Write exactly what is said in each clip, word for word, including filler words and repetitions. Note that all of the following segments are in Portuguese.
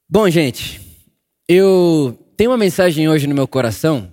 Bom, gente, eu tenho uma mensagem hoje no meu coração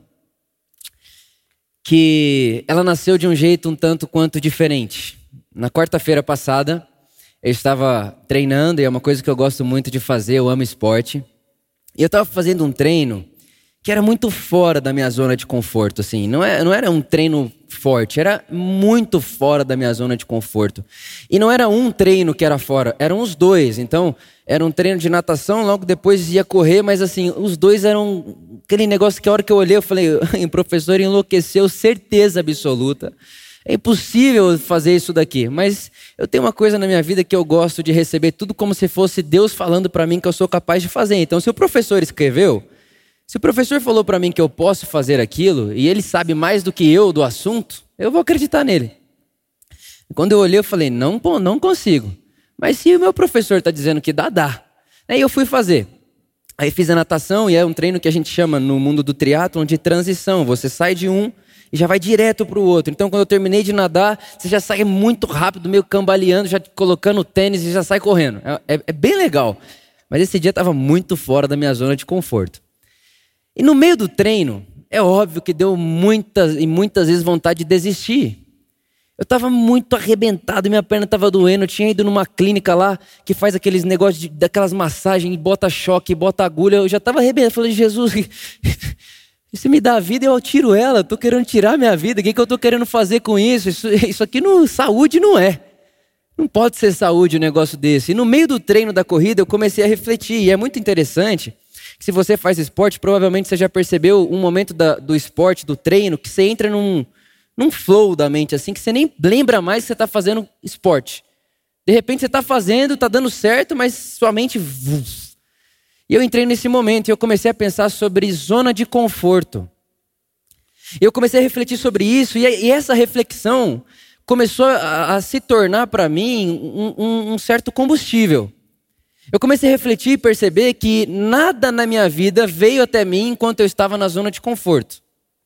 que ela nasceu de um jeito um tanto quanto diferente. Na quarta-feira passada, eu estava treinando e é uma coisa que eu gosto muito de fazer, eu amo esporte. E eu estava fazendo um treino que era muito fora da minha zona de conforto, assim. Não, é, não era um treino forte, era muito fora da minha zona de conforto. E não era um treino que era fora, eram os dois. Então, era um treino de natação, logo depois ia correr, mas assim, os dois eram aquele negócio que a hora que eu olhei, eu falei, o professor enlouqueceu, certeza absoluta. É impossível fazer isso daqui, mas eu tenho uma coisa na minha vida que eu gosto de receber tudo como se fosse Deus falando para mim que eu sou capaz de fazer. Então, se o professor escreveu, se o professor falou para mim que eu posso fazer aquilo, e ele sabe mais do que eu do assunto, eu vou acreditar nele. Quando eu olhei, eu falei, não, pô, não consigo. Mas se o meu professor está dizendo que dá, dá. Aí eu fui fazer. Aí fiz a natação, e é um treino que a gente chama no mundo do triatlon de transição. Você sai de um e já vai direto para o outro. Então, quando eu terminei de nadar, você já sai muito rápido, meio cambaleando, já colocando o tênis e já sai correndo. É, é, é bem legal. Mas esse dia estava muito fora da minha zona de conforto. E no meio do treino, é óbvio que deu muitas e muitas vezes vontade de desistir. Eu estava muito arrebentado, minha perna estava doendo. Eu tinha ido numa clínica lá que faz aqueles negócios, de, daquelas massagens, bota choque, bota agulha. Eu já estava arrebentado. Eu falei, Jesus, se me dá a vida, eu tiro ela. Estou querendo tirar a minha vida. O que, que eu estou querendo fazer com isso? Isso, isso aqui não, saúde não é. Não pode ser saúde um negócio desse. E no meio do treino da corrida, eu comecei a refletir. E é muito interessante. Se você faz esporte, provavelmente você já percebeu um momento da, do esporte, do treino, que você entra num, num flow da mente, assim, que você nem lembra mais que você está fazendo esporte. De repente você está fazendo, está dando certo, mas sua mente... E eu entrei nesse momento e eu comecei a pensar sobre zona de conforto. Eu comecei a refletir sobre isso e, e essa reflexão começou a, a se tornar para mim um, um, um certo combustível. Eu comecei a refletir e perceber que nada na minha vida veio até mim enquanto eu estava na zona de conforto.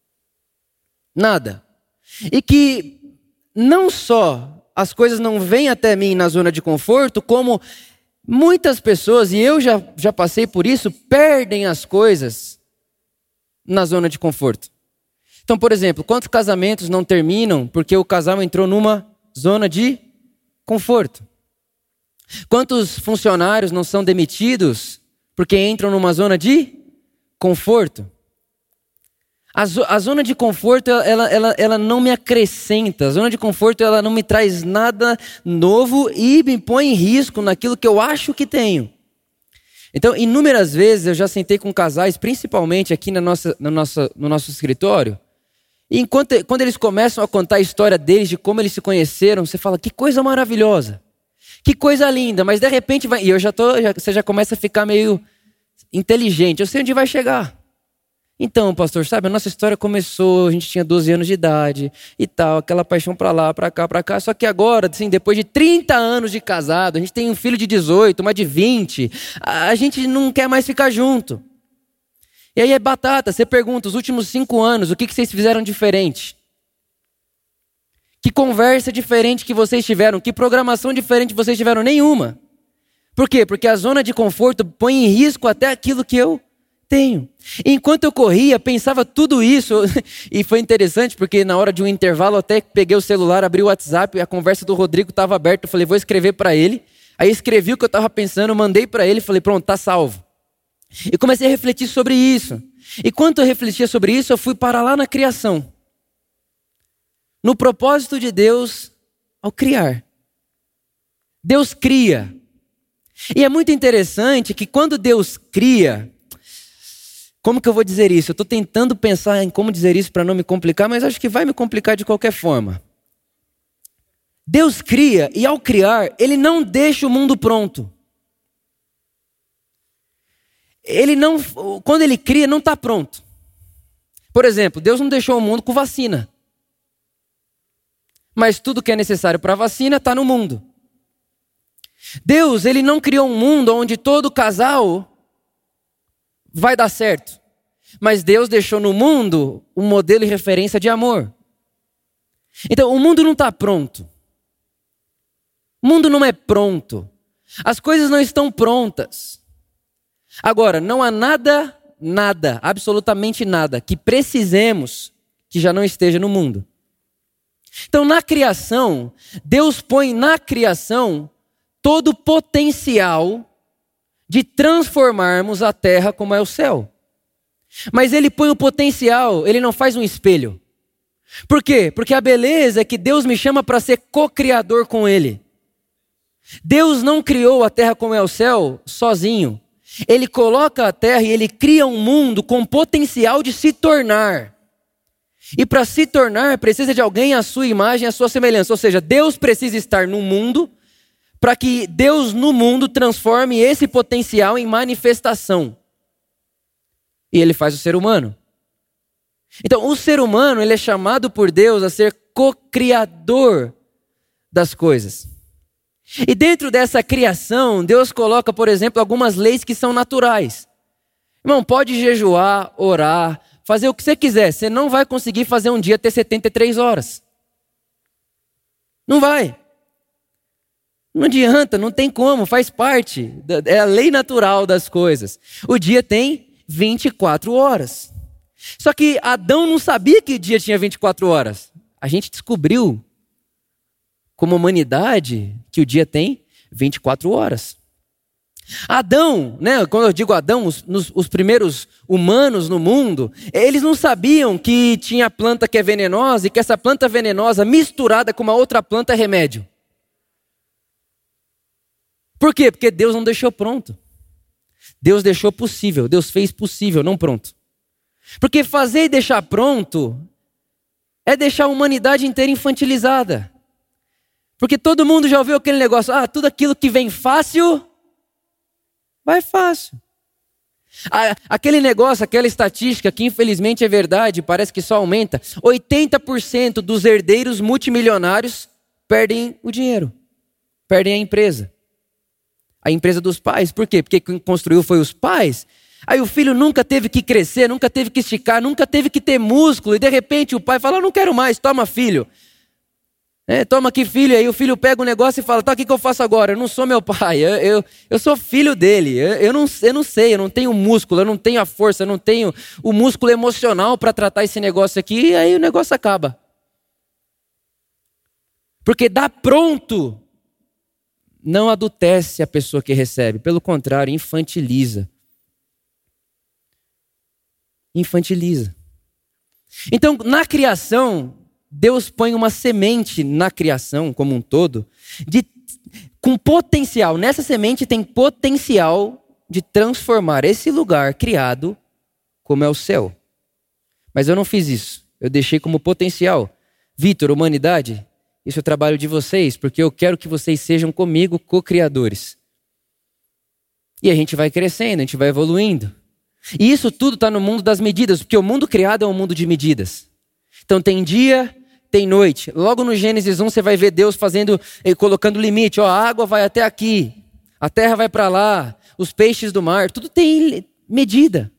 Nada. E que não só as coisas não vêm até mim na zona de conforto, como muitas pessoas, e eu já, já passei por isso, perdem as coisas na zona de conforto. Então, por exemplo, quantos casamentos não terminam porque o casal entrou numa zona de conforto? Quantos funcionários não são demitidos porque entram numa zona de conforto? A, zo- a zona de conforto, ela, ela, ela não me acrescenta. A zona de conforto, ela não me traz nada novo e me põe em risco naquilo que eu acho que tenho. Então, inúmeras vezes eu já sentei com casais, principalmente aqui na nossa, na nossa, no nosso escritório, e enquanto, quando eles começam a contar a história deles, de como eles se conheceram, você fala, que coisa maravilhosa. Que coisa linda, mas de repente vai, e eu já tô, já, você já começa a ficar meio inteligente. Eu sei onde vai chegar. Então, pastor, sabe, a nossa história começou, a gente tinha doze anos de idade e tal, aquela paixão pra lá, pra cá, pra cá. Só que agora, assim, depois de trinta anos de casado, a gente tem um filho de dezoito, uma de vinte, a, a gente não quer mais ficar junto. E aí é batata, você pergunta, os últimos cinco anos, o que, que vocês fizeram diferente? Que conversa diferente que vocês tiveram? Que programação diferente vocês tiveram? Nenhuma. Por quê? Porque a zona de conforto põe em risco até aquilo que eu tenho. E enquanto eu corria, pensava tudo isso. E foi interessante porque na hora de um intervalo eu até peguei o celular, abri o WhatsApp e a conversa do Rodrigo estava aberta. Eu falei, vou escrever para ele. Aí escrevi o que eu estava pensando, mandei para ele e falei, pronto, tá salvo. E comecei a refletir sobre isso. E quando eu refletia sobre isso, eu fui parar lá na criação. No propósito de Deus ao criar. Deus cria. E é muito interessante que quando Deus cria, como que eu vou dizer isso? Eu estou tentando pensar em como dizer isso para não me complicar, mas acho que vai me complicar de qualquer forma. Deus cria e ao criar, Ele não deixa o mundo pronto. Ele não, quando Ele cria, não está pronto. Por exemplo, Deus não deixou o mundo com vacina. Mas tudo que é necessário para a vacina está no mundo. Deus, Ele não criou um mundo onde todo casal vai dar certo. Mas Deus deixou no mundo um modelo e referência de amor. Então, o mundo não está pronto. O mundo não é pronto. As coisas não estão prontas. Agora, não há nada, nada, absolutamente nada que precisemos que já não esteja no mundo. Então, na criação, Deus põe na criação todo o potencial de transformarmos a terra como é o céu. Mas ele põe o potencial, ele não faz um espelho. Por quê? Porque a beleza é que Deus me chama para ser co-criador com ele. Deus não criou a terra como é o céu sozinho. Ele coloca a terra e ele cria um mundo com potencial de se tornar. E para se tornar, precisa de alguém à sua imagem, à sua semelhança. Ou seja, Deus precisa estar no mundo para que Deus no mundo transforme esse potencial em manifestação. E ele faz o ser humano. Então, o ser humano, ele é chamado por Deus a ser co-criador das coisas. E dentro dessa criação, Deus coloca, por exemplo, algumas leis que são naturais. Irmão, pode jejuar, orar, fazer o que você quiser. Você não vai conseguir fazer um dia ter setenta e três horas. Não vai. Não adianta, não tem como, faz parte. É a lei natural das coisas. O dia tem vinte e quatro horas. Só que Adão não sabia que o dia tinha vinte e quatro horas. A gente descobriu, como humanidade, que o dia tem vinte e quatro horas. Adão, né, quando eu digo Adão, os, nos, os primeiros humanos no mundo, eles não sabiam que tinha planta que é venenosa e que essa planta venenosa misturada com uma outra planta é remédio. Por quê? Porque Deus não deixou pronto. Deus deixou possível, Deus fez possível, não pronto. Porque fazer e deixar pronto é deixar a humanidade inteira infantilizada. Porque todo mundo já ouviu aquele negócio, ah, tudo aquilo que vem fácil, vai fácil. Ah, aquele negócio, aquela estatística que infelizmente é verdade, parece que só aumenta, oitenta por cento dos herdeiros multimilionários perdem o dinheiro, perdem a empresa. A empresa dos pais, por quê? Porque quem construiu foi os pais. Aí o filho nunca teve que crescer, nunca teve que esticar, nunca teve que ter músculo. E de repente o pai fala, não quero mais, toma filho. É, toma aqui filho, aí o filho pega o negócio e fala, tá, o que, que eu faço agora? Eu não sou meu pai, eu, eu, eu sou filho dele. Eu, eu, não, eu não sei, eu não tenho músculo, eu não tenho a força, eu não tenho o músculo emocional para tratar esse negócio aqui. E aí o negócio acaba. Porque dá pronto não adultece a pessoa que recebe, pelo contrário, infantiliza. Infantiliza. Então, na criação, Deus põe uma semente na criação como um todo, de, com potencial. Nessa semente tem potencial de transformar esse lugar criado como é o céu. Mas eu não fiz isso. Eu deixei como potencial. Vitor, humanidade, isso é o trabalho de vocês, porque eu quero que vocês sejam comigo co-criadores. E a gente vai crescendo, a gente vai evoluindo. E isso tudo está no mundo das medidas, porque o mundo criado é um mundo de medidas. Então tem dia, tem noite. Logo no Gênesis um você vai ver Deus fazendo, colocando limite. Ó, a água vai até aqui, a terra vai para lá, os peixes do mar, tudo tem medida.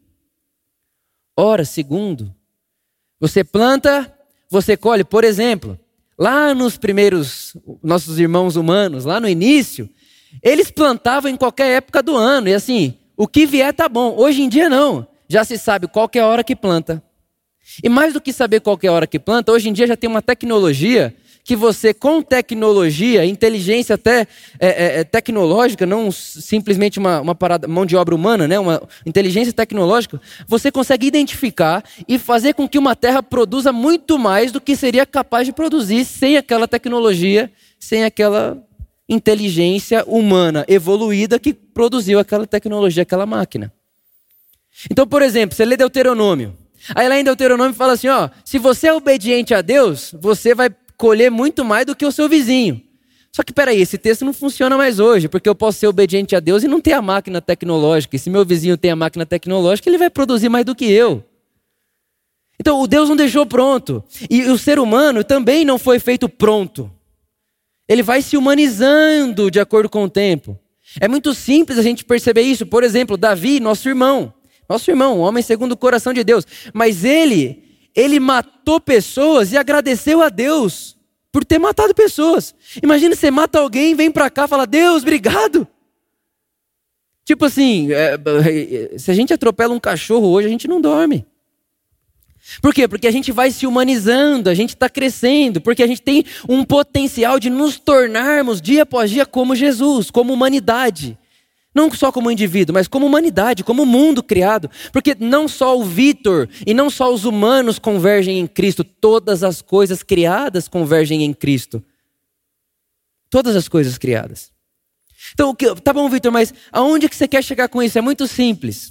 Hora, segundo. Você planta, você colhe. Por exemplo, lá nos primeiros, nossos irmãos humanos, lá no início, eles plantavam em qualquer época do ano. E assim, o que vier tá bom. Hoje em dia não. Já se sabe qual que é a hora que planta. E mais do que saber qual que é a hora que planta, hoje em dia já tem uma tecnologia que você, com tecnologia, inteligência até é, é, tecnológica, não simplesmente uma, uma parada, mão de obra humana, né? Uma inteligência tecnológica, você consegue identificar e fazer com que uma terra produza muito mais do que seria capaz de produzir sem aquela tecnologia, sem aquela inteligência humana evoluída que produziu aquela tecnologia, aquela máquina. Então, por exemplo, você lê Deuteronômio. Aí lá em Deuteronômio fala assim, ó, se você é obediente a Deus, você vai colher muito mais do que o seu vizinho. Só que peraí, esse texto não funciona mais hoje, porque eu posso ser obediente a Deus e não ter a máquina tecnológica. E se meu vizinho tem a máquina tecnológica, ele vai produzir mais do que eu. Então, o Deus não deixou pronto. E o ser humano também não foi feito pronto. Ele vai se humanizando de acordo com o tempo. É muito simples a gente perceber isso. Por exemplo, Davi, nosso irmão. Nosso irmão, um homem segundo o coração de Deus. Mas ele, ele matou pessoas e agradeceu a Deus por ter matado pessoas. Imagina você mata alguém, vem pra cá e fala, Deus, obrigado. Tipo assim, é, se a gente atropela um cachorro hoje, a gente não dorme. Por quê? Porque a gente vai se humanizando, a gente está crescendo, porque a gente tem um potencial de nos tornarmos dia após dia como Jesus, como humanidade. Não só como indivíduo, mas como humanidade, como mundo criado. Porque não só o Vitor e não só os humanos convergem em Cristo, todas as coisas criadas convergem em Cristo. Todas as coisas criadas. Então, tá bom, Vitor, mas aonde que você quer chegar com isso? É muito simples.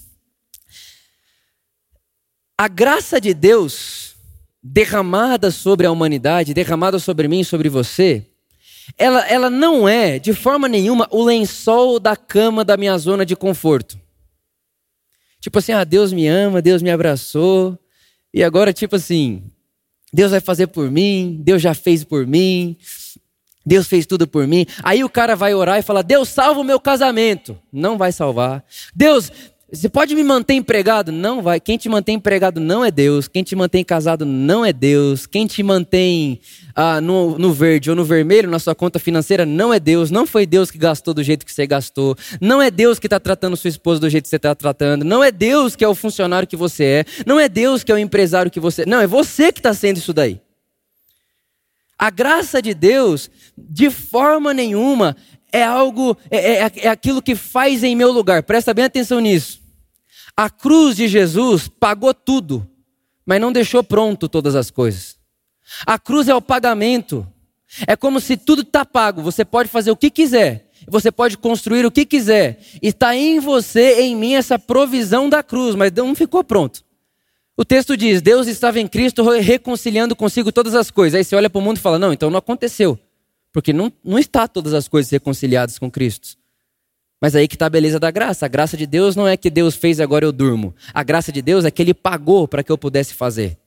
A graça de Deus derramada sobre a humanidade, derramada sobre mim e sobre você, ela, ela não é, de forma nenhuma, o lençol da cama da minha zona de conforto. Tipo assim, ah, Deus me ama, Deus me abraçou, e agora tipo assim, Deus vai fazer por mim, Deus já fez por mim, Deus fez tudo por mim. Aí o cara vai orar e fala, Deus salva o meu casamento. Não vai salvar. Deus... Você pode me manter empregado? Não vai. Quem te mantém empregado não é Deus. Quem te mantém casado não é Deus. Quem te mantém ah, no, no verde ou no vermelho na sua conta financeira não é Deus. Não foi Deus que gastou do jeito que você gastou. Não é Deus que está tratando sua esposa do jeito que você está tratando. Não é Deus que é o funcionário que você é. Não é Deus que é o empresário que você é. Não, é você que está sendo isso daí. A graça de Deus, de forma nenhuma, é algo, é, é, é aquilo que faz em meu lugar. Presta bem atenção nisso. A cruz de Jesus pagou tudo, mas não deixou pronto todas as coisas. A cruz é o pagamento. É como se tudo está pago. Você pode fazer o que quiser. Você pode construir o que quiser. E está em você, em mim, essa provisão da cruz, mas não ficou pronto. O texto diz, Deus estava em Cristo reconciliando consigo todas as coisas. Aí você olha para o mundo e fala, não, então não aconteceu. Porque não, não está todas as coisas reconciliadas com Cristo. Mas aí que está a beleza da graça. A graça de Deus não é que Deus fez e agora eu durmo. A graça de Deus é que Ele pagou para que eu pudesse fazer.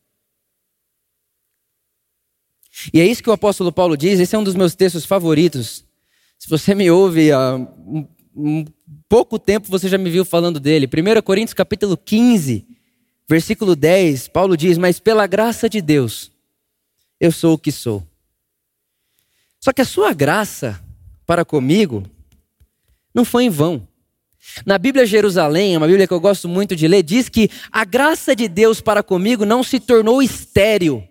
E é isso que o apóstolo Paulo diz. Esse é um dos meus textos favoritos. Se você me ouve há um, um pouco tempo, você já me viu falando dele. primeira Coríntios capítulo quinze, versículo dez. Paulo diz, mas pela graça de Deus, eu sou o que sou. Só que a sua graça para comigo não foi em vão. Na Bíblia Jerusalém, uma Bíblia que eu gosto muito de ler, diz que a graça de Deus para comigo não se tornou estéril.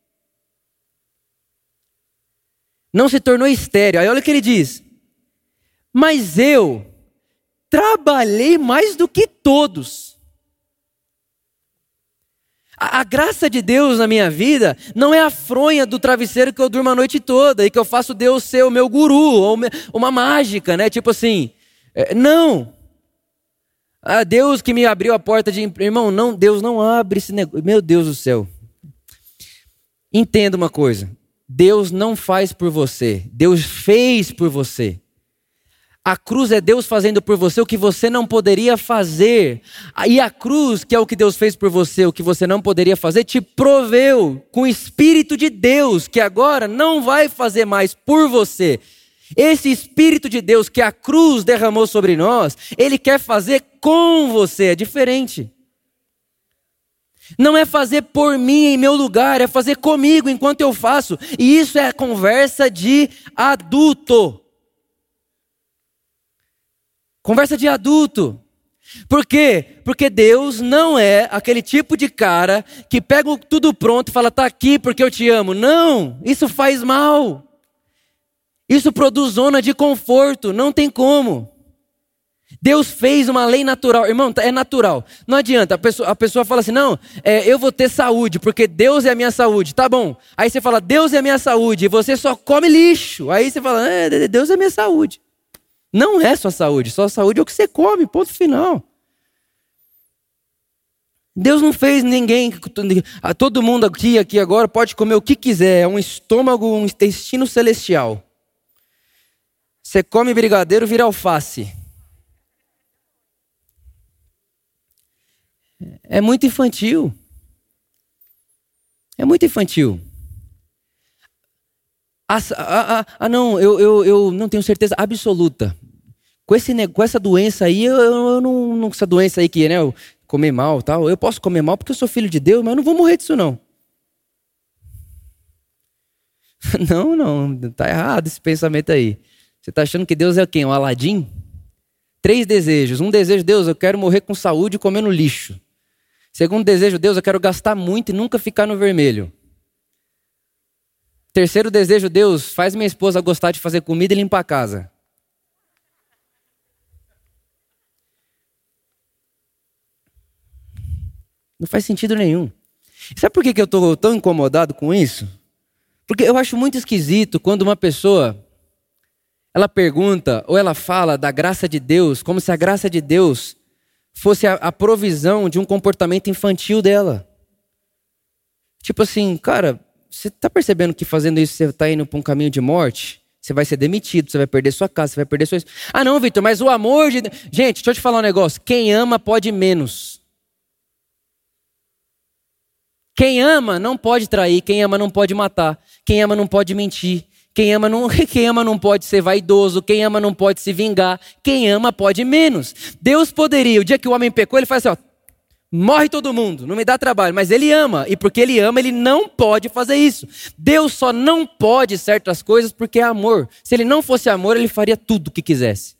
Não se tornou estéril. Aí olha o que ele diz. Mas eu trabalhei mais do que todos. A, a graça de Deus na minha vida não é a fronha do travesseiro que eu durmo a noite toda e que eu faço Deus ser o meu guru, ou me, uma mágica, né? Tipo assim, é, não. Ah, Deus que me abriu a porta de... Irmão, não, Deus não abre esse negócio. Meu Deus do céu. Entenda uma coisa. Deus não faz por você. Deus fez por você. A cruz é Deus fazendo por você o que você não poderia fazer. E a cruz, que é o que Deus fez por você, o que você não poderia fazer, te proveu com o Espírito de Deus, que agora não vai fazer mais por você. Esse Espírito de Deus que a cruz derramou sobre nós, Ele quer fazer com você, é diferente. Não é fazer por mim em meu lugar, é fazer comigo enquanto eu faço. E isso é conversa de adulto. Conversa de adulto. Por quê? Porque Deus não é aquele tipo de cara que pega tudo pronto e fala, tá aqui porque eu te amo. Não, isso faz mal. Isso produz zona de conforto, não tem como. Deus fez uma lei natural. Irmão, é natural. Não adianta, a pessoa, a pessoa fala assim, não, é, eu vou ter saúde, porque Deus é a minha saúde. Tá bom. Aí você fala, Deus é a minha saúde, e você só come lixo. Aí você fala, é, Deus é a minha saúde. Não é sua saúde, sua saúde é o que você come, ponto final. Deus não fez ninguém, todo mundo aqui, aqui agora pode comer o que quiser, é um estômago, um intestino celestial. Você come brigadeiro, vira alface. É muito infantil. É muito infantil. Ah, ah, ah, ah não, eu, eu, eu não tenho certeza absoluta. Com, esse, com essa doença aí, eu, eu não, não. Essa doença aí que, né, eu comer mal e tal. Eu posso comer mal porque eu sou filho de Deus, mas eu não vou morrer disso, não. Não, não, tá errado esse pensamento aí. Você tá achando que Deus é quem? O Aladim? três desejos. Um desejo, Deus, eu quero morrer com saúde e comendo lixo. Segundo desejo, Deus, eu quero gastar muito e nunca ficar no vermelho. Terceiro desejo, Deus, faz minha esposa gostar de fazer comida e limpar a casa. Não faz sentido nenhum. Sabe por que eu estou tão incomodado com isso? Porque eu acho muito esquisito quando uma pessoa, ela pergunta ou ela fala da graça de Deus, como se a graça de Deus fosse a, a provisão de um comportamento infantil dela. Tipo assim, cara, você está percebendo que fazendo isso você está indo para um caminho de morte? Você vai ser demitido, você vai perder sua casa, você vai perder sua... Ah não, Vitor, mas o amor de Deus... Gente, deixa eu te falar um negócio. Quem ama pode menos. Quem ama não pode trair, quem ama não pode matar, quem ama não pode mentir, quem ama não, quem ama não pode ser vaidoso, quem ama não pode se vingar, quem ama pode menos. Deus poderia, o dia que o homem pecou, ele faz assim, ó, morre todo mundo, não me dá trabalho, mas ele ama, e porque ele ama, ele não pode fazer isso. Deus só não pode certas coisas porque é amor. Se ele não fosse amor, ele faria tudo o que quisesse.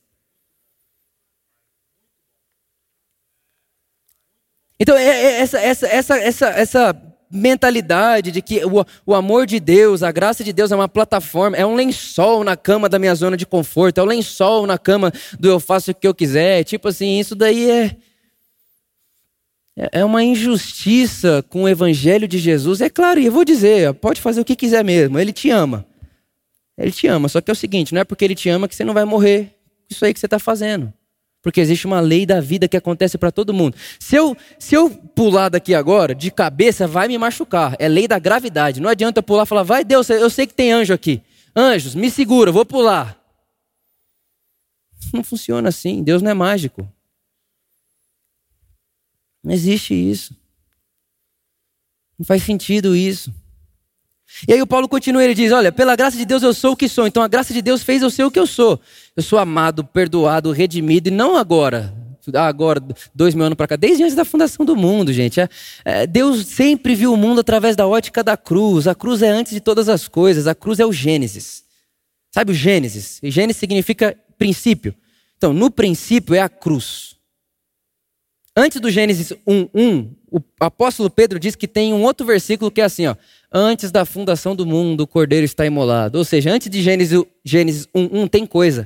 Então, essa, essa, essa, essa, essa mentalidade de que o, o amor de Deus, a graça de Deus é uma plataforma, é um lençol na cama da minha zona de conforto, é um lençol na cama do eu faço o que eu quiser. Tipo assim, isso daí é, é uma injustiça com o evangelho de Jesus. É claro, e eu vou dizer, pode fazer o que quiser mesmo, ele te ama. Ele te ama, só que é o seguinte, não é porque ele te ama que você não vai morrer isso aí que você está fazendo. Porque existe uma lei da vida que acontece para todo mundo. Se eu, se eu pular daqui agora, de cabeça, vai me machucar. É lei da gravidade. Não adianta eu pular e falar, vai Deus, eu sei que tem anjo aqui. Anjos, me segura, eu vou pular. Não funciona assim, Deus não é mágico. Não existe isso. Não faz sentido isso. E aí o Paulo continua, ele diz, olha, pela graça de Deus eu sou o que sou. Então a graça de Deus fez eu ser o que eu sou. Eu sou amado, perdoado, redimido, e não agora, agora, dois mil anos para cá, desde antes da fundação do mundo, gente. É, é, Deus sempre viu o mundo através da ótica da cruz. A cruz é antes de todas as coisas, a cruz é o Gênesis. Sabe o Gênesis? E Gênesis significa princípio. Então, no princípio é a cruz. Antes do Gênesis um, um, o apóstolo Pedro diz que tem um outro versículo que é assim, ó. Antes da fundação do mundo, o cordeiro está imolado. Ou seja, antes de Gênesis, Gênesis um, um tem coisa.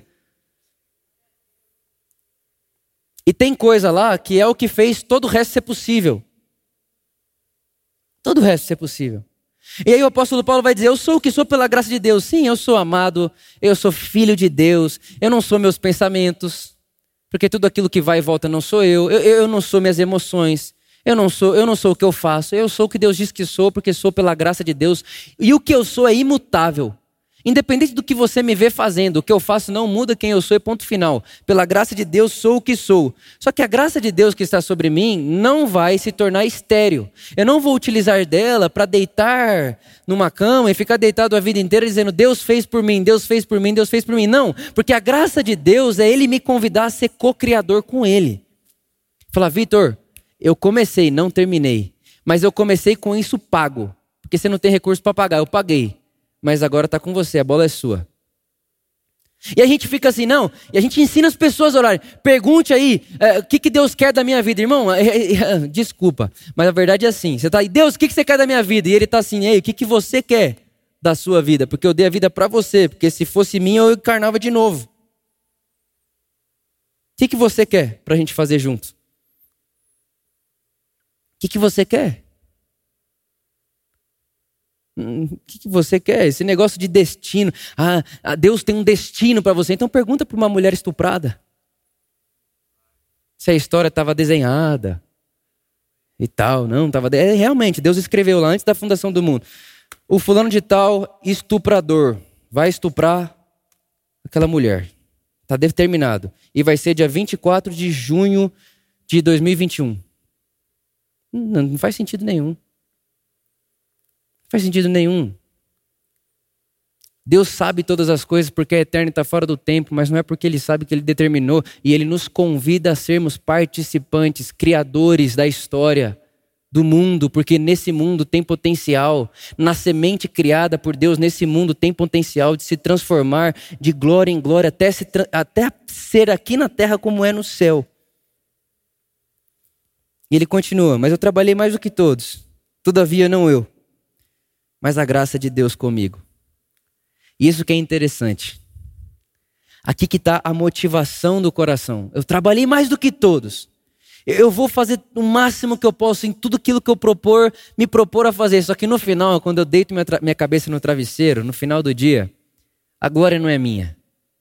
E tem coisa lá que é o que fez todo o resto ser possível. Todo o resto ser possível. E aí o apóstolo Paulo vai dizer, eu sou o que sou pela graça de Deus. Sim, eu sou amado, eu sou filho de Deus, eu não sou meus pensamentos, porque tudo aquilo que vai e volta não sou eu, eu, eu não sou minhas emoções. Eu não sou, eu não sou o que eu faço, eu sou o que Deus diz que sou, porque sou pela graça de Deus. E o que eu sou é imutável. Independente do que você me vê fazendo, o que eu faço não muda quem eu sou e ponto final. Pela graça de Deus sou o que sou. Só que a graça de Deus que está sobre mim não vai se tornar estéril. Eu não vou utilizar dela para deitar numa cama e ficar deitado a vida inteira dizendo Deus fez por mim, Deus fez por mim, Deus fez por mim. Não, porque a graça de Deus é Ele me convidar a ser co-criador com Ele. Falar, Vitor, eu comecei, não terminei. Mas eu comecei com isso pago. Porque você não tem recurso para pagar. Eu paguei. Mas agora está com você, a bola é sua. E a gente fica assim, não. E a gente ensina as pessoas a orarem. Pergunte aí, é, o que, que Deus quer da minha vida? Irmão, é, é, é, desculpa. Mas a verdade é assim. Você está aí, Deus, o que, que você quer da minha vida? E Ele está assim, ei, o que, que você quer da sua vida? Porque eu dei a vida para você. Porque se fosse minha, eu encarnava de novo. O que, que você quer para a gente fazer junto? O que, que você quer? Hum, o que, que você quer? Esse negócio de destino. Ah, Deus tem um destino para você. Então pergunta para uma mulher estuprada. Se a história estava desenhada e tal. Não, estava... É, realmente, Deus escreveu lá antes da fundação do mundo. O fulano de tal, estuprador, vai estuprar aquela mulher. Está determinado. E vai ser dia vinte e quatro de junho de dois mil e vinte e um. Não, não faz sentido nenhum. Não faz sentido nenhum. Deus sabe todas as coisas porque é eterno e está fora do tempo, mas não é porque Ele sabe que Ele determinou e Ele nos convida a sermos participantes, criadores da história. do mundo, porque nesse mundo tem potencial, na semente criada por Deus, nesse mundo tem potencial de se transformar de glória em glória, até, se, até ser aqui na terra como é no céu. E ele continua, mas eu trabalhei mais do que todos, todavia não eu, mas a graça de Deus comigo. E isso que é interessante. Aqui que está a motivação do coração. Eu trabalhei mais do que todos. Eu vou fazer o máximo que eu posso em tudo aquilo que eu propor, me propor a fazer. Só que no final, quando eu deito minha, minha cabeça no travesseiro, no final do dia, a glória não é minha.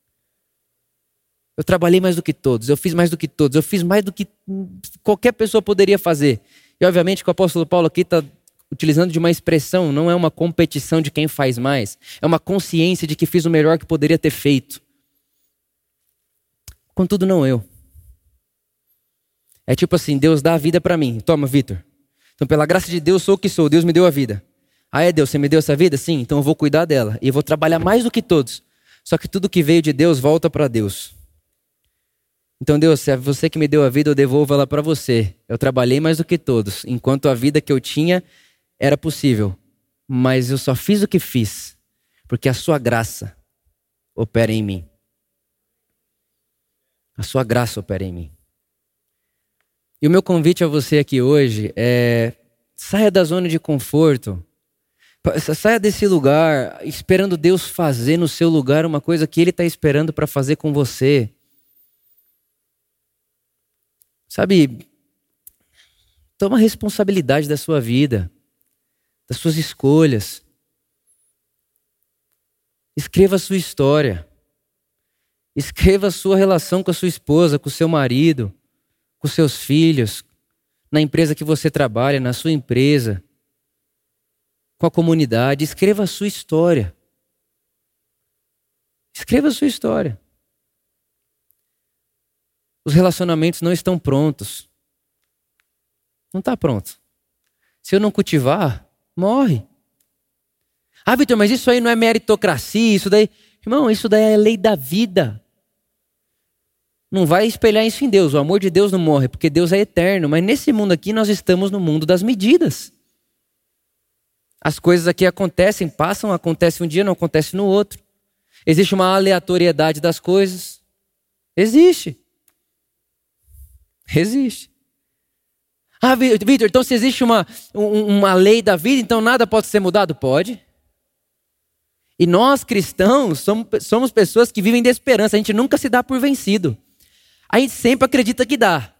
Eu trabalhei mais do que todos, eu fiz mais do que todos, eu fiz mais do que qualquer pessoa poderia fazer. E obviamente que o apóstolo Paulo aqui está utilizando de uma expressão, não é uma competição de quem faz mais. É uma consciência de que fiz o melhor que poderia ter feito. Contudo, não eu. É tipo assim, Deus dá a vida para mim. Toma, Vitor. Então, pela graça de Deus, sou o que sou. Deus me deu a vida. Ah, é Deus, você me deu essa vida? Sim, então eu vou cuidar dela. E eu vou trabalhar mais do que todos. Só que tudo que veio de Deus, volta para Deus. Então, Deus, se é você que me deu a vida, eu devolvo ela para você. Eu trabalhei mais do que todos. Enquanto a vida que eu tinha era possível. Mas eu só fiz o que fiz. Porque a sua graça opera em mim. A sua graça opera em mim. E o meu convite a você aqui hoje é: saia da zona de conforto. Saia desse lugar esperando Deus fazer no seu lugar uma coisa que Ele está esperando para fazer com você. Sabe, toma responsabilidade da sua vida, das suas escolhas. Escreva a sua história. Escreva a sua relação com a sua esposa, com o seu marido, com os seus filhos, na empresa que você trabalha, na sua empresa, com a comunidade. Escreva a sua história. Escreva a sua história. Os relacionamentos não estão prontos. Não está pronto. Se eu não cultivar, morre. Ah, Vitor, mas isso aí não é meritocracia, isso daí... Irmão, isso daí é a lei da vida. Não vai espelhar isso em Deus. O amor de Deus não morre, porque Deus é eterno. Mas nesse mundo aqui, nós estamos no mundo das medidas. As coisas aqui acontecem, passam, acontece um dia, não acontece no outro. Existe uma aleatoriedade das coisas. Existe. Existe. Ah, Vitor, então se existe uma, uma lei da vida, então nada pode ser mudado? Pode. E nós cristãos somos, somos pessoas que vivem de esperança. A gente nunca se dá por vencido. A gente sempre acredita que dá.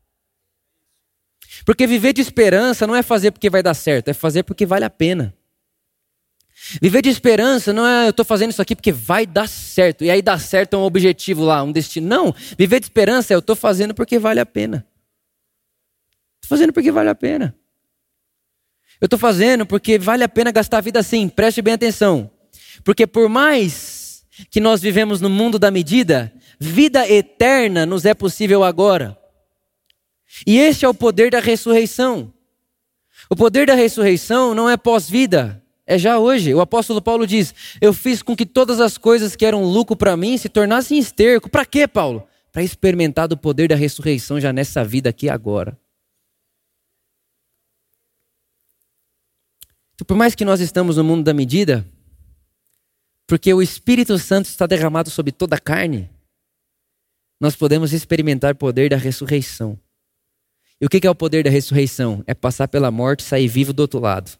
Porque viver de esperança não é fazer porque vai dar certo, é fazer porque vale a pena. Viver de esperança não é eu estou fazendo isso aqui porque vai dar certo. E aí dar certo é um objetivo lá, um destino. Não, viver de esperança é eu estou fazendo porque vale a pena. Estou fazendo porque vale a pena. Eu estou fazendo porque vale a pena gastar a vida assim. Preste bem atenção. Porque por mais que nós vivemos no mundo da medida, vida eterna nos é possível agora. E este é o poder da ressurreição. O poder da ressurreição não é pós-vida, é já hoje. O apóstolo Paulo diz: eu fiz com que todas as coisas que eram lucro para mim se tornassem esterco. Para quê, Paulo? Para experimentar do poder da ressurreição já nessa vida aqui agora. Então, por mais que nós estamos no mundo da medida, porque o Espírito Santo está derramado sobre toda a carne, nós podemos experimentar o poder da ressurreição. E o que é o poder da ressurreição? É passar pela morte e sair vivo do outro lado.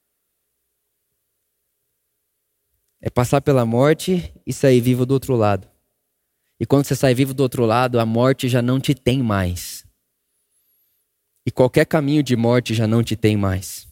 É passar pela morte e sair vivo do outro lado. E quando você sai vivo do outro lado, a morte já não te tem mais. E qualquer caminho de morte já não te tem mais.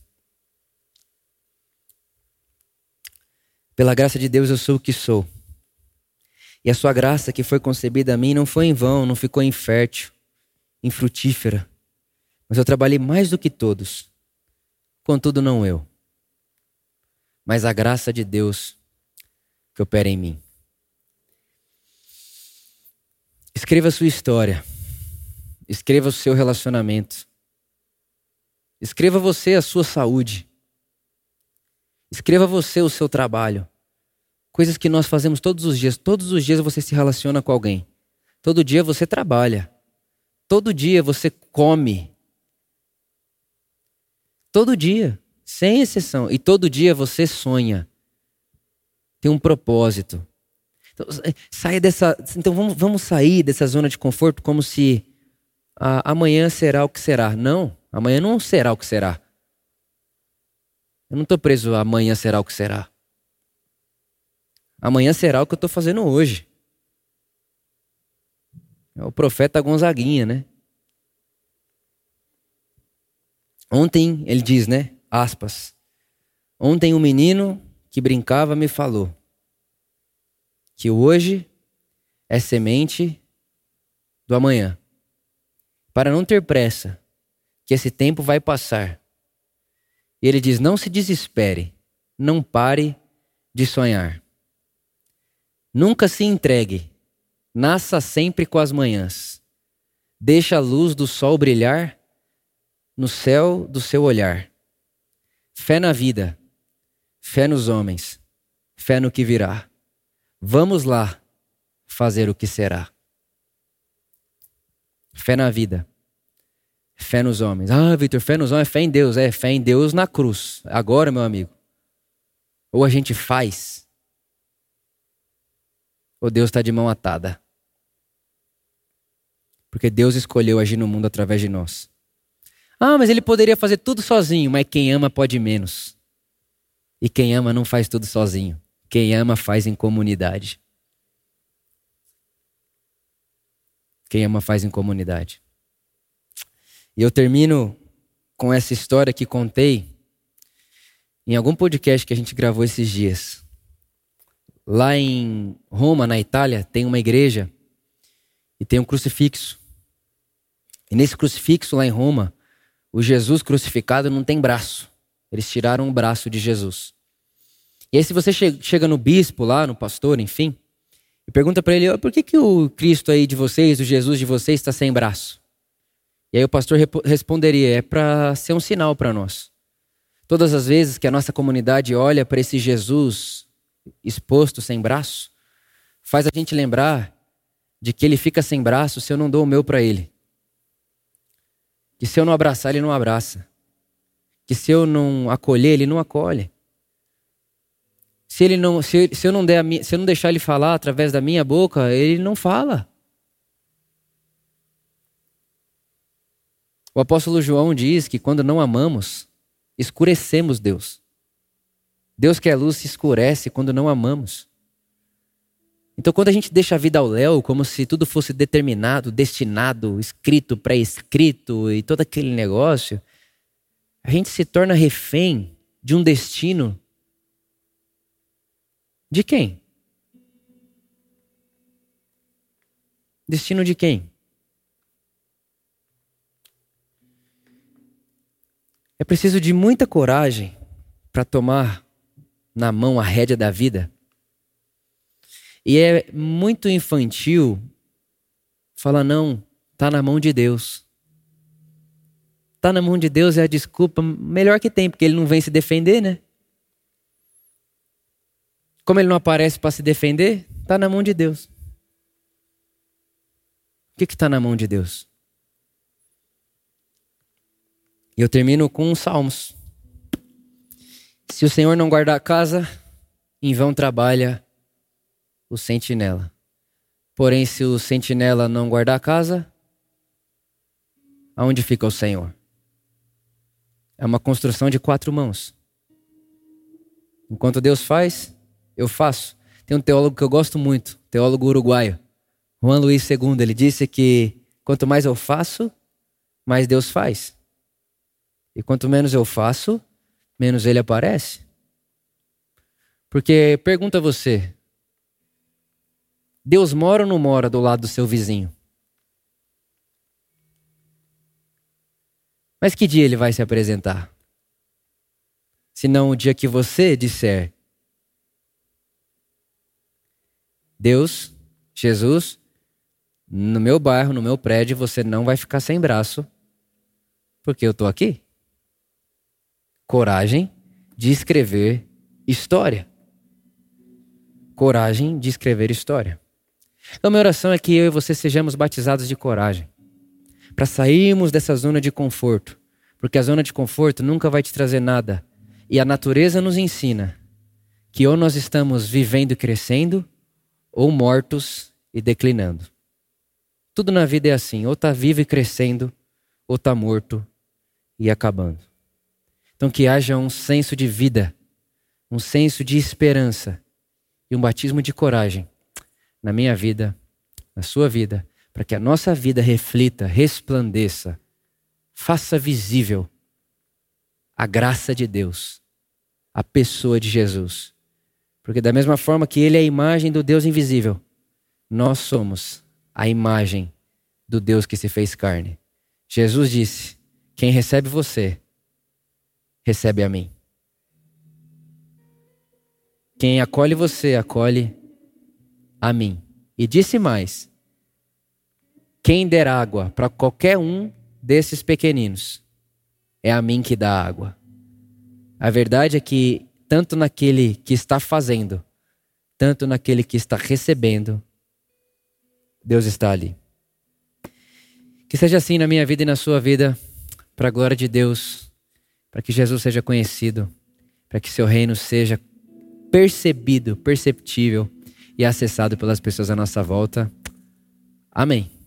Pela graça de Deus eu sou o que sou. E a sua graça que foi concebida a mim não foi em vão, não ficou infértil, infrutífera. Mas eu trabalhei mais do que todos. Contudo, não eu, mas a graça de Deus que opera em mim. Escreva a sua história. Escreva o seu relacionamento. Escreva você a sua saúde. Escreva você o seu trabalho. Coisas que nós fazemos todos os dias. Todos os dias você se relaciona com alguém. Todo dia você trabalha. Todo dia você come. Todo dia, sem exceção. E todo dia você sonha. Tem um propósito. Então, sai dessa, então vamos, vamos sair dessa zona de conforto como se ah, amanhã será o que será. Não, amanhã não será o que será. Eu não estou preso a amanhã será o que será. Amanhã será o que eu estou fazendo hoje. É o profeta Gonzaguinha, né? Ontem, ele diz, né? Aspas. Ontem um menino que brincava me falou que hoje é semente do amanhã. Para não ter pressa, que esse tempo vai passar. E ele diz, não se desespere, não pare de sonhar. Nunca se entregue, nasça sempre com as manhãs. Deixa a luz do sol brilhar no céu do seu olhar. Fé na vida, fé nos homens, fé no que virá. Vamos lá fazer o que será. Fé na vida, fé nos homens. Ah, Vitor, fé nos homens é fé em Deus. É fé em Deus na cruz. Agora, meu amigo, ou a gente faz, ou Deus está de mão atada. Porque Deus escolheu agir no mundo através de nós. Ah, mas ele poderia fazer tudo sozinho, mas quem ama pode menos. E quem ama não faz tudo sozinho. Quem ama faz em comunidade. Quem ama faz em comunidade. E eu termino com essa história que contei em algum podcast que a gente gravou esses dias. Lá em Roma, na Itália, tem uma igreja e tem um crucifixo. E nesse crucifixo lá em Roma, o Jesus crucificado não tem braço. Eles tiraram o braço de Jesus. E aí se você chega no bispo lá, no pastor, enfim, e pergunta para ele, por que, que o Cristo aí de vocês, o Jesus de vocês está sem braço? E aí o pastor responderia, é para ser um sinal para nós. Todas as vezes que a nossa comunidade olha para esse Jesus exposto sem braço, faz a gente lembrar de que ele fica sem braço se eu não dou o meu para ele. Que se eu não abraçar, ele não abraça. Que se eu não acolher, ele não acolhe. Se, ele não, se, se, eu não der a minha, se eu não deixar ele falar através da minha boca, ele não fala. O apóstolo João diz que quando não amamos, escurecemos Deus. Deus que é luz se escurece quando não amamos. Então quando a gente deixa a vida ao léu, como se tudo fosse determinado, destinado, escrito, pré-escrito e todo aquele negócio, a gente se torna refém de um destino de quem? Destino de quem? É preciso de muita coragem para tomar na mão a rédea da vida. E é muito infantil falar, não, tá na mão de Deus. Tá na mão de Deus é a desculpa melhor que tem, porque ele não vem se defender, né? Como ele não aparece para se defender, tá na mão de Deus. O que que tá na mão de Deus? E eu termino com os Salmos. Se o Senhor não guardar a casa, em vão trabalha o sentinela. Porém, se o sentinela não guardar a casa, aonde fica o Senhor? É uma construção de quatro mãos. Enquanto Deus faz, eu faço. Tem um teólogo que eu gosto muito, teólogo uruguaio, Juan Luis segundo, ele disse que quanto mais eu faço, mais Deus faz. E quanto menos eu faço, menos ele aparece. Porque, pergunta a você, Deus mora ou não mora do lado do seu vizinho? Mas que dia ele vai se apresentar? Se não o dia que você disser, Deus, Jesus, no meu bairro, no meu prédio, você não vai ficar sem braço, porque eu estou aqui. Coragem de escrever história. Coragem de escrever história. Então, minha oração é que eu e você sejamos batizados de coragem, para sairmos dessa zona de conforto, Porque a zona de conforto nunca vai te trazer nada. E a natureza nos ensina que ou nós estamos vivendo e crescendo, ou mortos e declinando. Tudo na vida é assim, ou está vivo e crescendo, ou está morto e acabando. Então que haja um senso de vida, um senso de esperança e um batismo de coragem na minha vida, na sua vida, para que a nossa vida reflita, resplandeça, faça visível a graça de Deus, a pessoa de Jesus. Porque da mesma forma que Ele é a imagem do Deus invisível, nós somos a imagem do Deus que se fez carne. Jesus disse: quem recebe você, recebe a mim. Quem acolhe você, acolhe a mim. E disse mais: quem der água para qualquer um desses pequeninos, é a mim que dá água. A verdade é que tanto naquele que está fazendo, tanto naquele que está recebendo, Deus está ali. Que seja assim na minha vida e na sua vida, para a glória de Deus, para que Jesus seja conhecido, para que seu reino seja percebido, perceptível e acessado pelas pessoas à nossa volta. Amém.